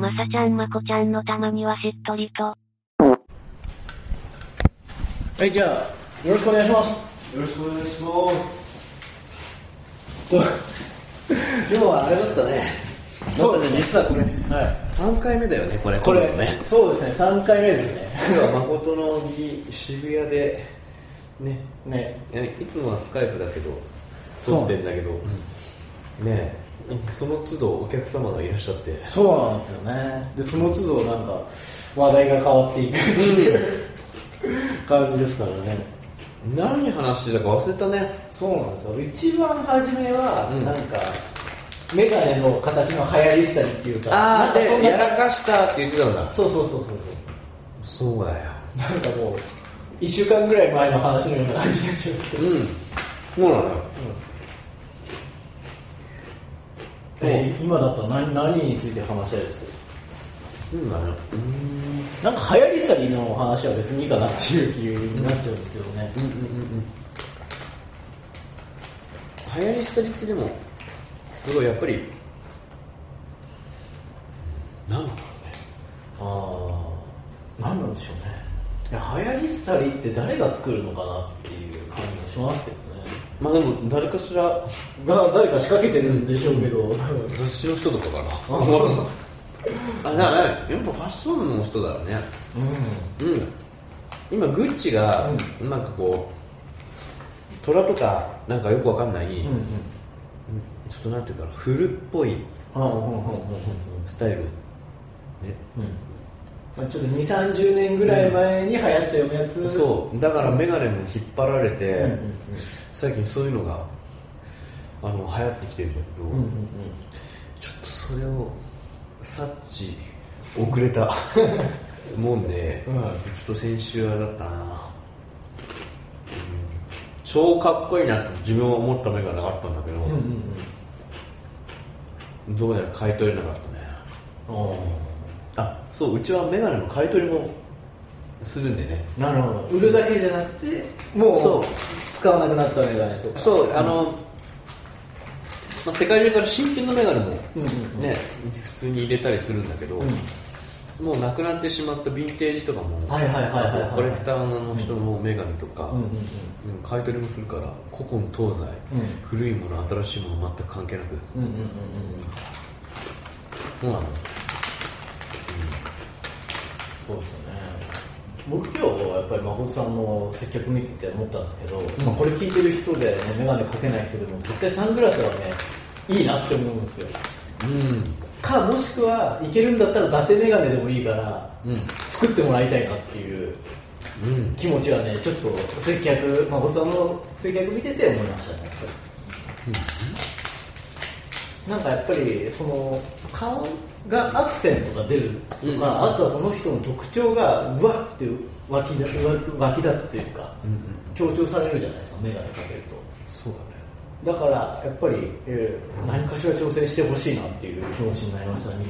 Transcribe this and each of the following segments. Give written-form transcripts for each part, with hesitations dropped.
まさちゃんまこちゃんのたまにはしっとりと。 はい、じゃあよろしくお願いします。 よろしくお願いします。 今日はあれだったね。 そうですね、 実はこれ、 はい、 3回目だよね、これね。そうですね、3回目ですね。 今日は誠の渋谷でね、いつもはスカイプだけど撮ってんだけど、ね、その都度お客様がいらっしゃって。 そうなんですよね。でその都度なんか話題が変わっていくっていう感じですからね。 何話してたか忘れたね。 そうなんですよ。一番初めは、なんかメガネの形の流行りしたりっていうか、 なんかそんなやらかしたって言ってたんだ。 そうそうだよ。 なんかもう1週間ぐらい前の話のような感じになっちゃうんですけど、 そうなのよ。 今だったら何について話したいです？なんか流行り廃りの話は別にいいかなっていう気になっちゃうんですけどね。 流行り廃りってでもやっぱり何なんだろうね。 何なんでしょうね。いや、流行り廃りって誰が作るのかなっていう感じもしますけどね。 まあでも誰かしらが誰か仕掛けてるんでしょうけど、 雑誌の人とかかな。だからやっぱファッションの人だろうね。今グッチがなんかこう虎とかなんかよくわかんない、ちょっとなんていうか古っぽいスタイルね。 ちょっと 2,30 年ぐらい前に流行ったようなやつ、 そうだからメガネも引っ張られて、最近そういうのが流行ってきてるんだけど、ちょっとそれを察知遅れたもんで、ちょっと先週はだったな、超かっこいいなって自分は思ったメガネがあったんだけど、どうやら買い取れなかったね。そう、うちはメガネの買い取りもするんでね。 なるほど。売るだけじゃなくてもう使わなくなったメガネとか、 そう世界中から新品のメガネもね、普通に入れたりするんだけど、もうなくなってしまったヴィンテージとかも、あとコレクターの人のメガネとか買い取りもするから、古今東西、古いもの新しいもの全く関係なく、そうなの。 そうですよね。僕今日やっぱり誠さんの接客見てて思ったんですけど、これ聞いてる人で、メガネかけない人でも絶対サングラスはねいいなって思うんですよ。もしくはいけるんだったら伊達メガネでもいいから、作ってもらいたいなっていう気持ちはね、ちょっと誠さんの接客見てて思いましたね。なんかやっぱりその顔がアクセントが出るとか、あとはその人の特徴がうわって湧き立つというか、強調されるじゃないですか、メガネかけると。 そうだね。だからやっぱり、何かしら挑戦してほしいなっていう気持ちになりましたね。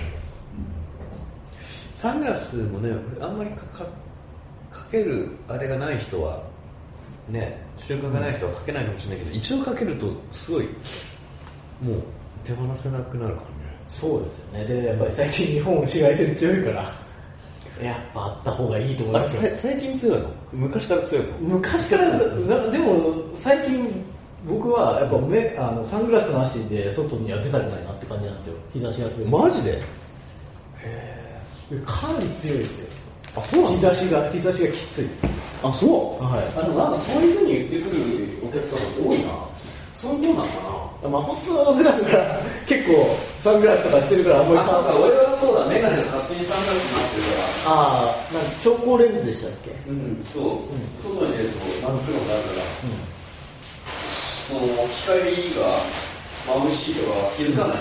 サングラスもね、あんまりかけるあれがない人はね、習慣がない人はかけないかもしれないけど、一度かけるとすごいもう手放せなくなるからね。 そうですよね。でやっぱり最近日本紫外線強いから、やっぱあった方がいいと思いますよ。 最近強いの？昔から強いの？ 昔からでも最近僕はやっぱサングラスなしで外には出たくないなって感じなんですよ。日差しが強い。 マジで？ かなり強いですよ。 あ、そうなんだ。日差しがきつい。 あ、そう。 はい。 でもなんかそういう風に言ってくるお客様って多いな。そういうもんなのかな。 誠さんは普段から結構サングラスとかしてるからあんまり。 そうか、俺はそうだ、メガネが勝手にサングラスになってるから。 なんか調光レンズでしたっけ？ そう。外に出ると真っ黒になるから、その光が眩しいとは気づかないんだ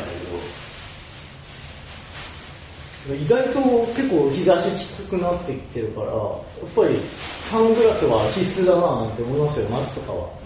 けど、 意外と結構日差しきつくなってきてるから、やっぱりサングラスは必須だななんて思いますよ、夏とかは。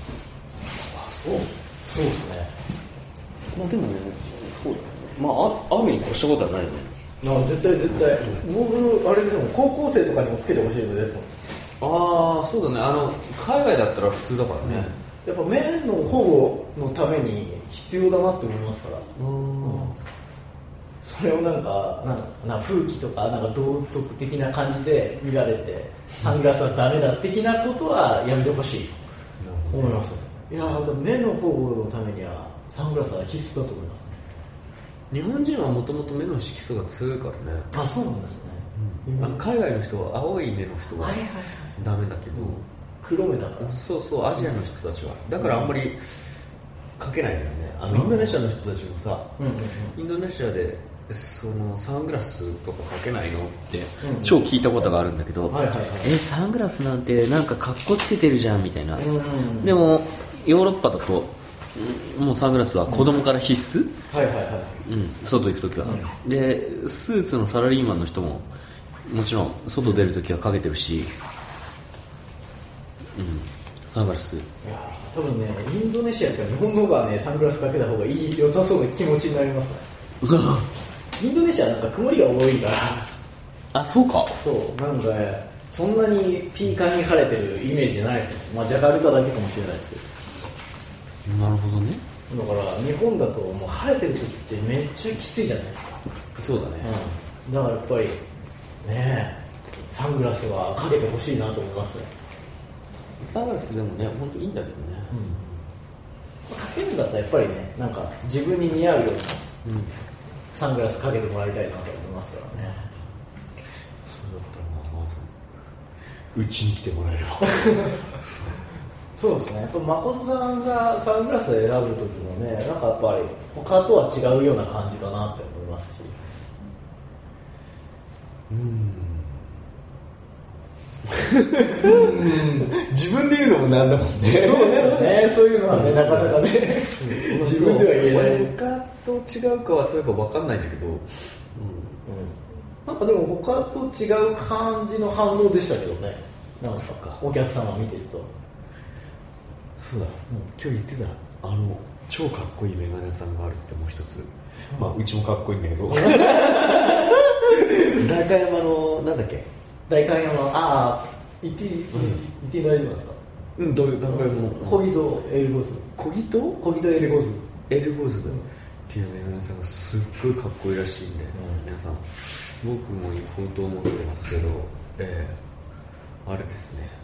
そうですね。 まあでもね、そうだね。まあ雨に越したことはないね。 絶対。僕あれですもん、高校生とかにもつけてほしいのですもん。 そうだね。海外だったら普通だからね。 やっぱ目の保護のために必要だなって思いますから。 それをなんか風紀とかなんか道徳的な感じで見られてサングラスはダメだ的なことはやめてほしいと思います。いや目の保護のためにはサングラスは必須だと思いますね。 日本人はもともと目の色素が強いからね。 あ、そうなんですね。 海外の人は青い目の人はダメだけど、 黒目だから。 そうそう、アジアの人たちはだからあんまりかけないんだよね。インドネシアの人たちもさ、インドネシアでそのサングラスとかかけないのって超聞いたことがあるんだけど、サングラスなんてなんか格好つけてるじゃんみたいな。でもヨーロッパだともうサングラスは子供から必須、外行くときは、でスーツのサラリーマンの人ももちろん外出るときはかけてるし、サングラス。いや多分ね、インドネシアって日本の方がねサングラスかけた方が良さそうな気持ちになりますね。インドネシアなんか曇りが多いから。 あ、そうか。 そうなんか、そんなにピーカンに晴れてるイメージじゃないですよ。ジャカルタだけかもしれないですけど。なるほどね。 だから日本だともう晴れてる時ってめっちゃきついじゃないですか。 そうだね。 だからやっぱりねサングラスはかけてほしいなと思いますね。 サングラスでもね本当いいんだけどね。 かけるんだったらやっぱりねなんか自分に似合うようなサングラスかけてもらいたいなと思いますからね。 そうだったらまずうちに来てもらえれば。 そうですね。やっぱ誠さんがサングラスを選ぶ時もねなんかやっぱり他とは違うような感じかなって思いますし。 自分で言うのもなんだもんね。 そうですよね。そういうのはねなかなかね自分では言えない。 他と違うかはそういえば分かんないんだけど、 なんかでも他と違う感じの反応でしたけどね。なんかお客様見てると。 そうだ、今日言ってた超かっこいいメガネ屋さんがあるってもう一つ、うちもかっこいいんだけど代官山のなんだっけ、 代官山言って大丈夫ですか。 どういう代官山のコギトエルゴズコギトエルゴズっていうメガネ屋さんがすっごいかっこいいらしいんで、皆さん僕も行こうと思ってますけど、あれですね、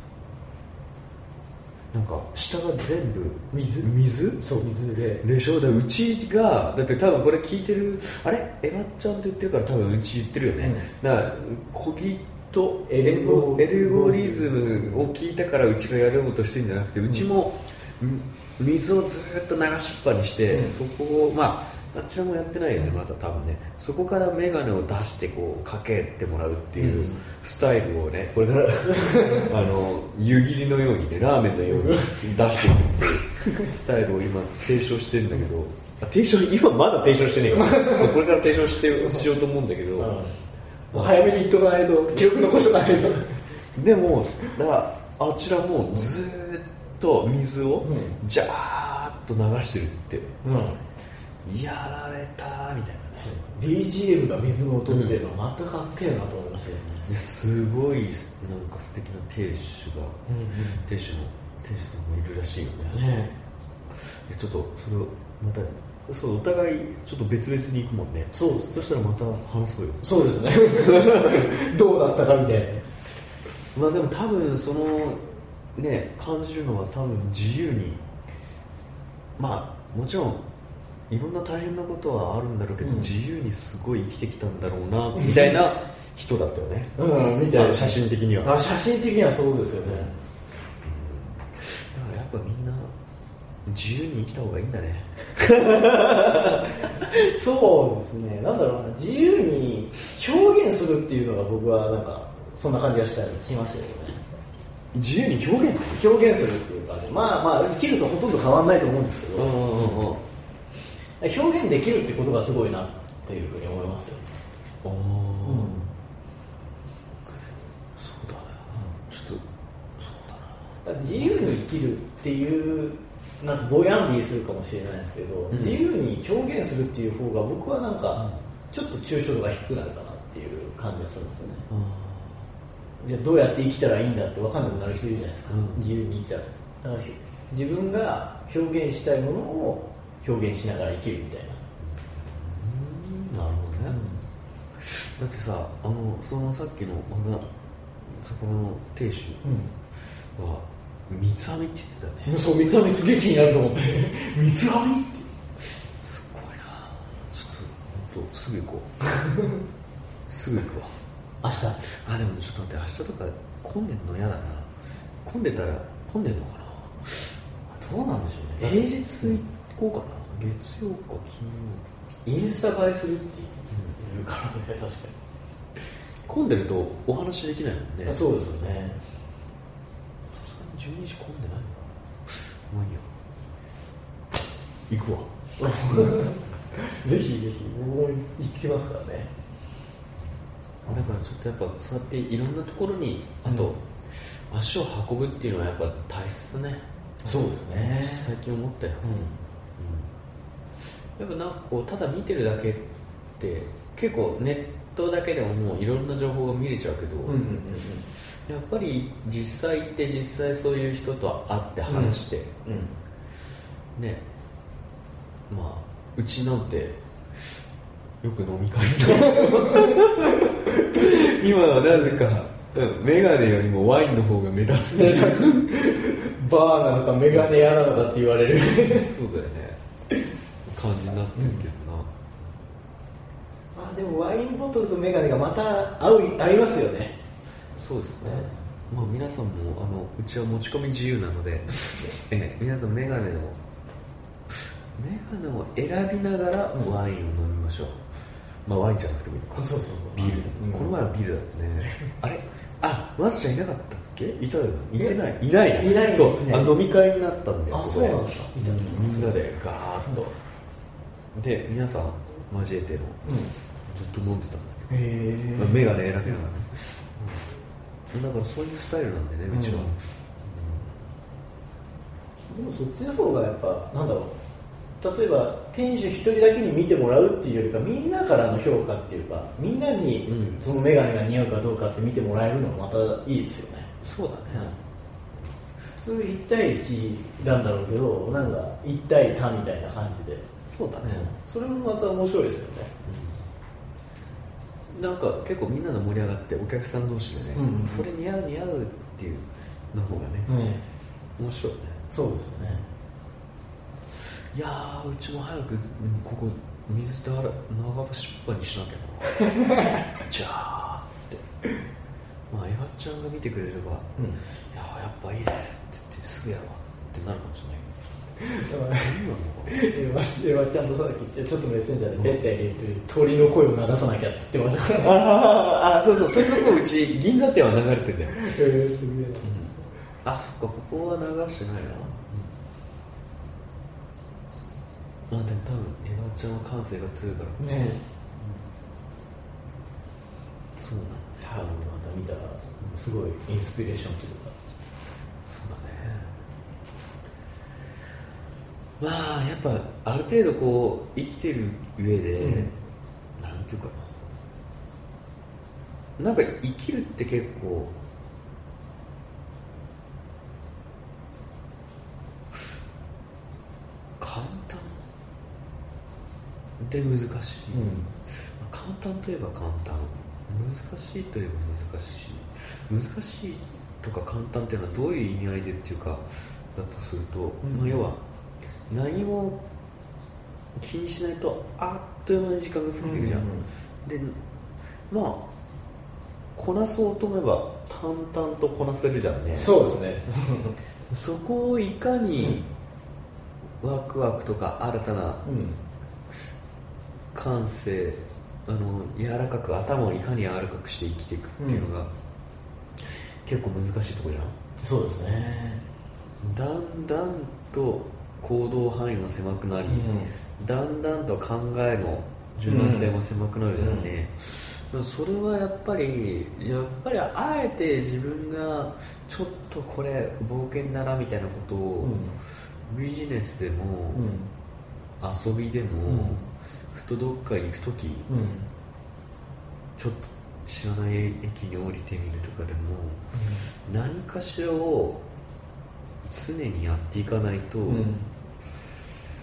なんか下が全部水そう水でしょ。うちがだって多分これ聞いてるあれエヴァちゃんと言ってるから多分うち言ってるよね、だからコギとエルゴリズムを聞いたからうちがやろうとしてるんじゃなくて、うちも水をずっと流しっぱにして、そこをあちらもやってないよねまだ多分ね。そこからメガネを出してこうかけてもらうっていうスタイルをね、これから湯切りのようにねラーメンのように出していくっていうスタイルを今提唱してるんだけど、今まだ提唱してねえよこれから提唱しようと思うんだけど、 早めに言っとかないと記録残しとかないとでもあちらもずっと水をジャーッと流してるって、やられたみたいなね。 BGM が水の音っていうのはまたかっけえなと思いましたよね。 すごいなんか素敵な亭主さんもいるらしいよね。ちょっとそれをまたお互いちょっと別々に行くもんね。 そうです。 そしたらまた話そうよ。 そうですねどうだったかみたいな。 でも多分そのね感じるのは多分自由にもちろんいろんな大変なことはあるんだろうけど、自由にすごい生きてきたんだろうなみたいな人だったよね。 みたいな。 写真的には。 写真的にはそうですよね。 だからやっぱみんな自由に生きた方がいいんだね。 そうですね。なんだろうな、自由に表現するっていうのが僕はなんかそんな感じがしましたよね。 自由に表現するっていうかね、生きるとほとんど変わらないと思うんですけど、表現できるってことがすごいなっていうふうに思いますよ。 そうだね。ちょっとそうだな。 自由に生きるっていうなんかぼやんりするかもしれないですけど、自由に表現するっていう方が僕はなんかちょっと抽象度が低くなるかなっていう感じがするんですよね。じゃあどうやって生きたらいいんだって分かんなくなる人いるじゃないですか、自由に生きたら。だから自分が表現したいものを表現しながら生きるみたいな。 なるほどね。 だってさ、そのさっきのそこの亭主は三つ編みって言ってたね。 そう、三つ編みすげえ気になると思って三つ編みってすごいな。ちょっと本当すぐ行こうすぐ行くわ明日。 でもちょっと待って、明日とか混んでんの嫌だな。混んでんのかな。 どうなんでしょうね。 平日行こうかな。月曜か金曜。インスタ映えするっていうからね、確かに。 混んでるとお話できないもんね。 そうですよね。 さすがに12時混んでないのかな。まあいいや、行くわぜひぜひ僕も行きますからね。 だからちょっとやっぱそうやっていろんなところにあと、足を運ぶっていうのはやっぱ大切ね。 そうですね。 最近思ったよ、やっぱなんかこうただ見てるだけって結構ネットだけでももういろんな情報が見れちゃうけど、やっぱり実際行って実際そういう人と会って話して、ね、まあうちなんてよく飲み会今はなぜかメガネよりもワインの方が目立つじゃないバーなのかメガネ屋なのかって言われるそうだよね感じになってるけどな、 でもワインボトルとメガネがまた合いますよね。 そうですね、まあ、皆さんもうちは持ち込み自由なので皆さんメガネを選びながらワインを飲みましょう、まあワインじゃなくてもいいのか。 そうビールで、この前はビールだったねあれマスちゃんいなかったっけ。いたよ。いてない。いないそう、飲み会になったんで。 そうなんですか。 みんなでガーッとで皆さん交えての、ずっと飲んでたんだけど、メガネ選べながらね、だからそういうスタイルなんでね、うちは、 でもそっちの方がやっぱなんだろう、例えば店主一人だけに見てもらうっていうよりかみんなからの評価っていうかみんなにそのメガネが似合うかどうかって見てもらえるのがまたいいですよね。 そうだね、 普通1対1なんだろうけどなんか1対他みたいな感じで。 そうだね、 それもまた面白いですよね、 なんか結構みんなが盛り上がってお客さん同士でね、それ似合うっていうの方がね、面白いね。 そうですよね。 いやーうちも早くここ水で流しっぱにしなきゃなじゃあってまあエヴァちゃんが見てくれれば、いややっぱいいねって言ってすぐやろうってなるかもしれないエヴァちゃんとさっきちょっとメッセンジャーでペッて入れて鳥の声を流さなきゃって言ってましたからそうそう鳥の声うち銀座店は流れてんだよすげえ、 そっかここは流してないな、でも多分エヴァちゃんは感性が強いからね、 そうなんだ多分また見たらすごいインスピレーションというか。 まあやっぱある程度こう生きてる上で、なんていうかな、なんか生きるって結構簡単で難しい、簡単といえば簡単、難しいといえば難しいとか簡単っていうのはどういう意味合いでっていうかだとすると、要は何も気にしないとあっという間に時間が過ぎていくじゃん、でまあこなそうと思えば淡々とこなせるじゃんね。 そうですねそこをいかにワクワクとか新たな感性、柔らかく頭をいかに柔らかくして生きていくっていうのが、結構難しいところじゃん。 そうですね。 だんだんと行動範囲も狭くなり、だんだんと考えの柔軟性も狭くなるじゃんね、それはやっぱりあえて自分がちょっとこれ冒険だなみたいなことを、ビジネスでも、遊びでも、ふとどっか行くとき、ちょっと知らない駅に降りてみるとかでも、何かしらを常にやっていかないと、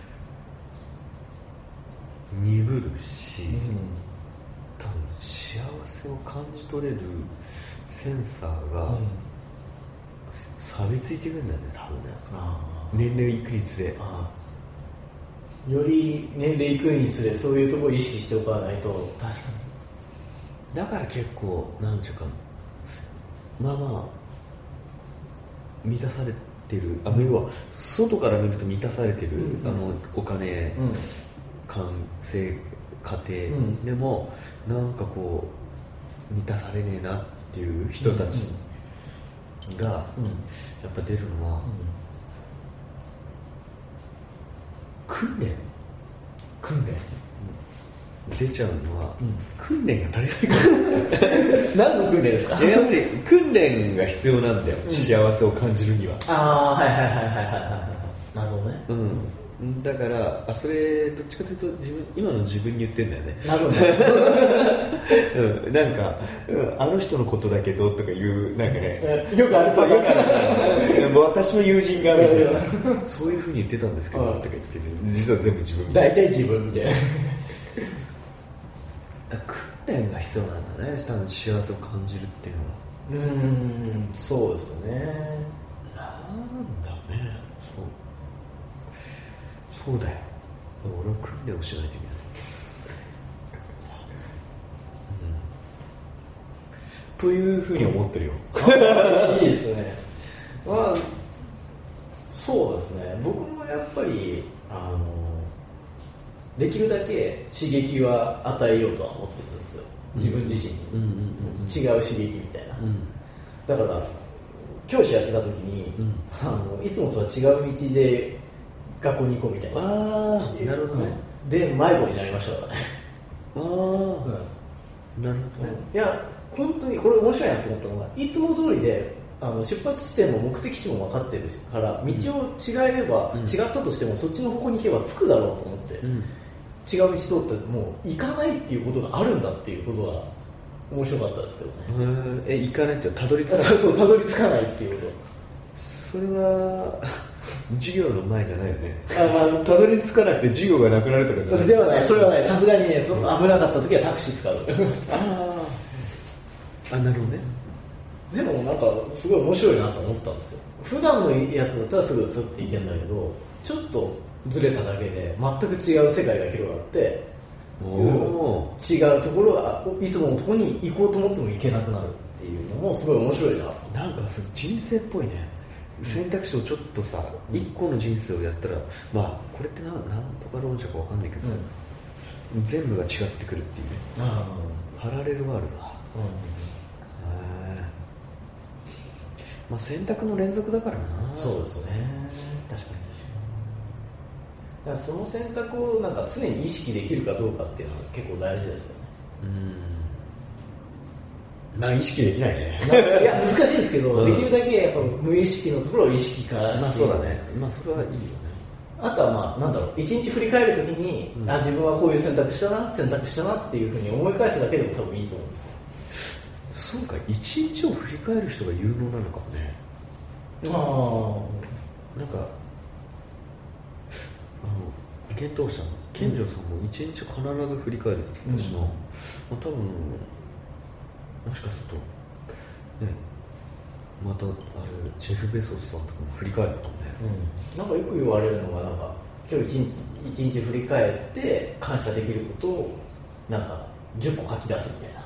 鈍るし、多分幸せを感じ取れるセンサーが錆びついていくんだよね、多分ね。年齢いくにつれ、 より年齢いくにつれそういうところを意識しておかないと。確かに。だから結構なんていうか、まあ満たされてる、要は外から見ると満たされてる、お金、完成過程でも、なんかこう満たされねえなっていう人たちがやっぱ出るのは、訓練出ちゃうのは、訓練が足りないから何の訓練ですか？ やっぱり訓練が必要なんだよ、幸せを感じるには。 なるほどね。 だからそれどっちかというと今の自分に言ってんだよね。 なるほど、なんか、あの人のことだけどとかいうなんかね、 よくあるそうよくある私の友人がみたいなそういうふうに言ってたんですけどとか言ってね、実は全部自分みたいな。 大体自分みたいな。 訓練が必要なんだね、多分幸せを感じるっていうのは。 そうですよね。 なんだね、そうだよ。俺は訓練をしないといけない。というふうに思ってるよ。 いいですね。そうですね。僕もやっぱりできるだけ刺激は与えようとは思ってるんですよ、自分自身に。違う刺激みたいな。だから教師やってた時に、いつもとは違う道で学校に行こうみたいな。 なるほどね。 で迷子になりましたからね。 なるほどね。 いや本当にこれ面白いなと思ったのが、いつも通りで出発地点も目的地も分かってるから道を違えれば、違ったとしてもそっちの方向に行けば着くだろうと思って、違う道通ってもう行かないっていうことがあるんだっていうことは面白かったですけどね。 行かないってたどり着かない。 そう、たどり着かないっていうこと。 それは授業の前じゃないよね。たどり着かなくて授業がなくなるとかじゃない。 ではない、それはない。さすがにね、危なかった時はタクシー使う。 なるほどね。 でもなんかすごい面白いなと思ったんですよ。普段のやつだったらすぐスッていけるんだけど、ちょっとずれただけで全く違う世界が広がって、違うところがいつものところに行こうと思っても行けなくなるっていうのもすごい面白いな。 なんかそれ人生っぽいね。選択肢をちょっとさ、一個の人生をやったら、これってなんとか論者かわかんないけどさ、全部が違ってくるっていうね。パラレルワールドだ。選択の連続だからな。 そうですね。確かに。だからその選択をなんか常に意識できるかどうかっていうのは結構大事ですよね。 意識できないね。 いや難しいですけど、できるだけやっぱ無意識のところを意識化して。 そうだね。それはいいよね。 あとは一日振り返るときに、自分はこういう選択したなっていうふうに思い返すだけでも多分いいと思うんですよ。 そうか、一日を振り返る人が有能なのかもね。なんか検討者の健丈さんも一日必ず振り返るって言ってたしな。多分もしかするとね、またジェフ・ベソスさんとかも振り返るのかもね。 なんかよく言われるのが、なんか今日一日振り返って感謝できることをなんか10個書き出すみたいな。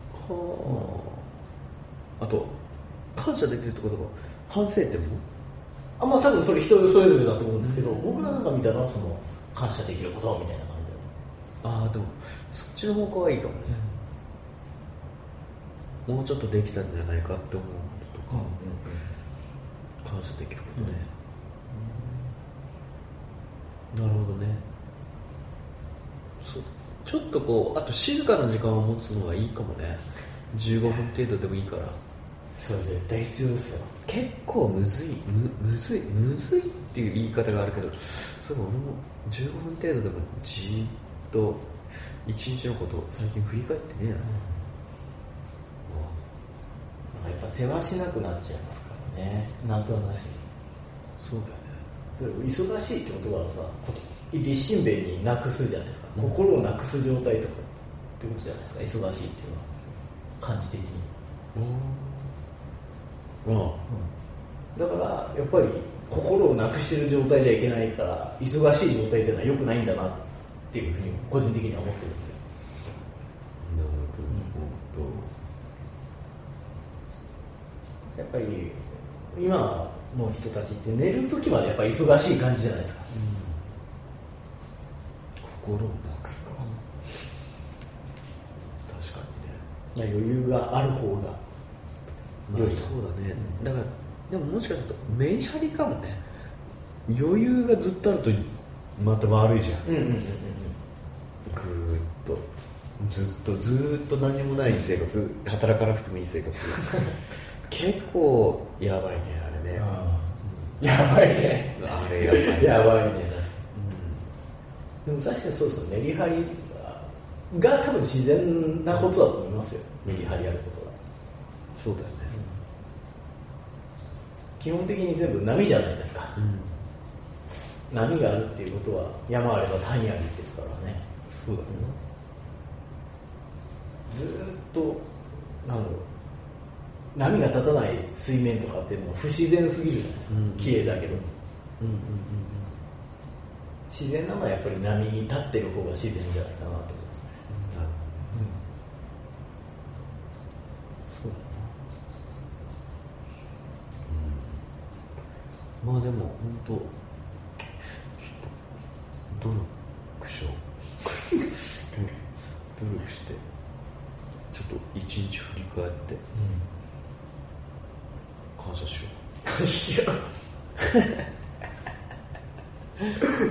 あと感謝できるってことは反省点も多分それ人それぞれだと思うんですけど、僕がなんか見たのはその感謝できることみたいな感じで。 でもそっちの方向はいいかもね。もうちょっとできたんじゃないかって思うこととか、感謝できることね。なるほどね。ちょっとあと静かな時間を持つのはいいかもね。15分程度でもいいから。 それ絶対必要ですよ。 結構むずいっていう言い方があるけど、俺も15分程度でもじっと一日のことを最近振り返ってねえな。 やっぱ世話しなくなっちゃいますからね。なんとなしに。 そうだよね。 忙しいってことはさ、立身弁になくすじゃないですか。心をなくす状態とかってことじゃないですか、忙しいっていうのは。 感じ的に。 うんだからやっぱり心をなくしてる状態じゃいけないから忙しい状態っていうのは良くないんだなっていうふうに個人的には思ってるんですよ。 なるほど、 やっぱり今の人たちって寝る時までやっぱり忙しい感じじゃないですか、 心をなくすか、確かにね、 余裕がある方が良い、 そうだね、だからでももしかするとメリハリかもね。余裕がずっとあるとまた悪いじゃん、ぐーっとずっと何もない生活、働かなくてもいい生活結構やばいねあれね、 やばいねあれやばいやばいね、でも確かにそうですよ、メリハリが多分自然なことだと思いますよ、メリハリあることが。 そうだよね、 基本的に全部波じゃないですか、波があるっていうことは山あれば谷ありですからね。 そうだね、 ずっと波が立たない水面とかっていうのは不自然すぎるじゃないですか、綺麗だけど、自然なのはやっぱり波に立ってる方が自然じゃないかなと思いますね。 そうだな、まあでも本当努力しよう努力してちょっと一日振り返って、感謝しよう感謝しようなんちゅうそれか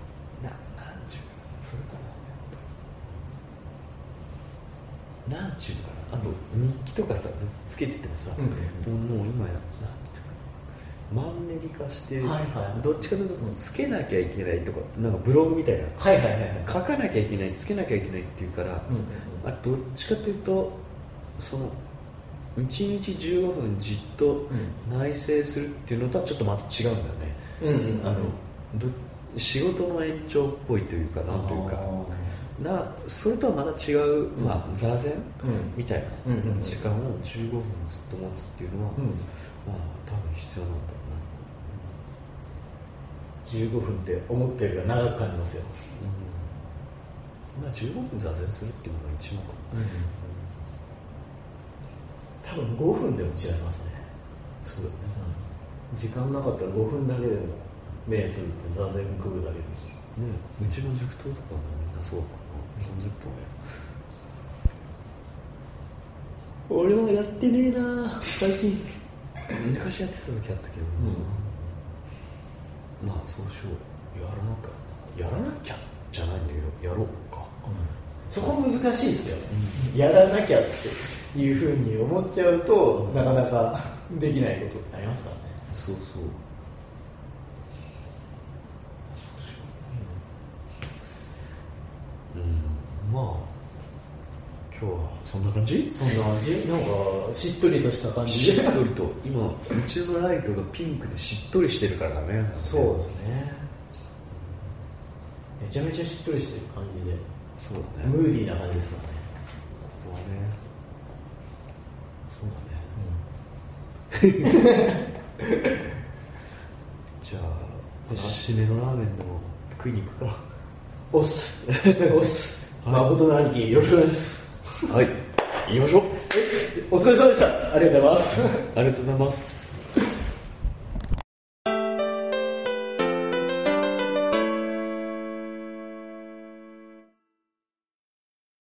な、なんちゅうかな、あと日記とかさずっとつけててもさ、もう今やマンネリ化して、どっちかというとつけなきゃいけないとか、なんかブログみたいな、書かなきゃいけない、つけなきゃいけないっていうから、どっちかというとその1日15分じっと内省するっていうのとはちょっとまた違うんだね、仕事の延長っぽいというか、なんというかそれとはまた違う、座禅、みたいな時間を15分ずっと持つっていうのは、多分必要なんだろうな。15分って思ったよりは長く感じますよ、 15分座禅するっていうのが一番かも、 多分5分でも違いますね。 そうだね、 時間なかったら5分だけでも目つぶって座禅くぐだけでうちの塾頭とかもみんなそうかな、30分俺はやってねえな最近昔やってた時あったけど、そうしよう、やらなきゃじゃないんだけどやろうか、 そこ難しいですよ、やらなきゃっていうふうに思っちゃうと、なかなかできないことってありますからね。 そうまあ今日はそんな感じ？ そんな感じ？なんかしっとりとした感じで。 しっとりと今うちのライトがピンクでしっとりしてるからね。 そうですね。めちゃめちゃしっとりしてる感じで。 そうだね。 ムーディーな感じですかね。 ここはね。そうだね。じゃあ締めのラーメンでも食いに行くか。 おっす。おっす。誠の兄貴よろしくお願いします。 はい。行きましょう。 お疲れ様でした。ありがとうございます。 ありがとうございます。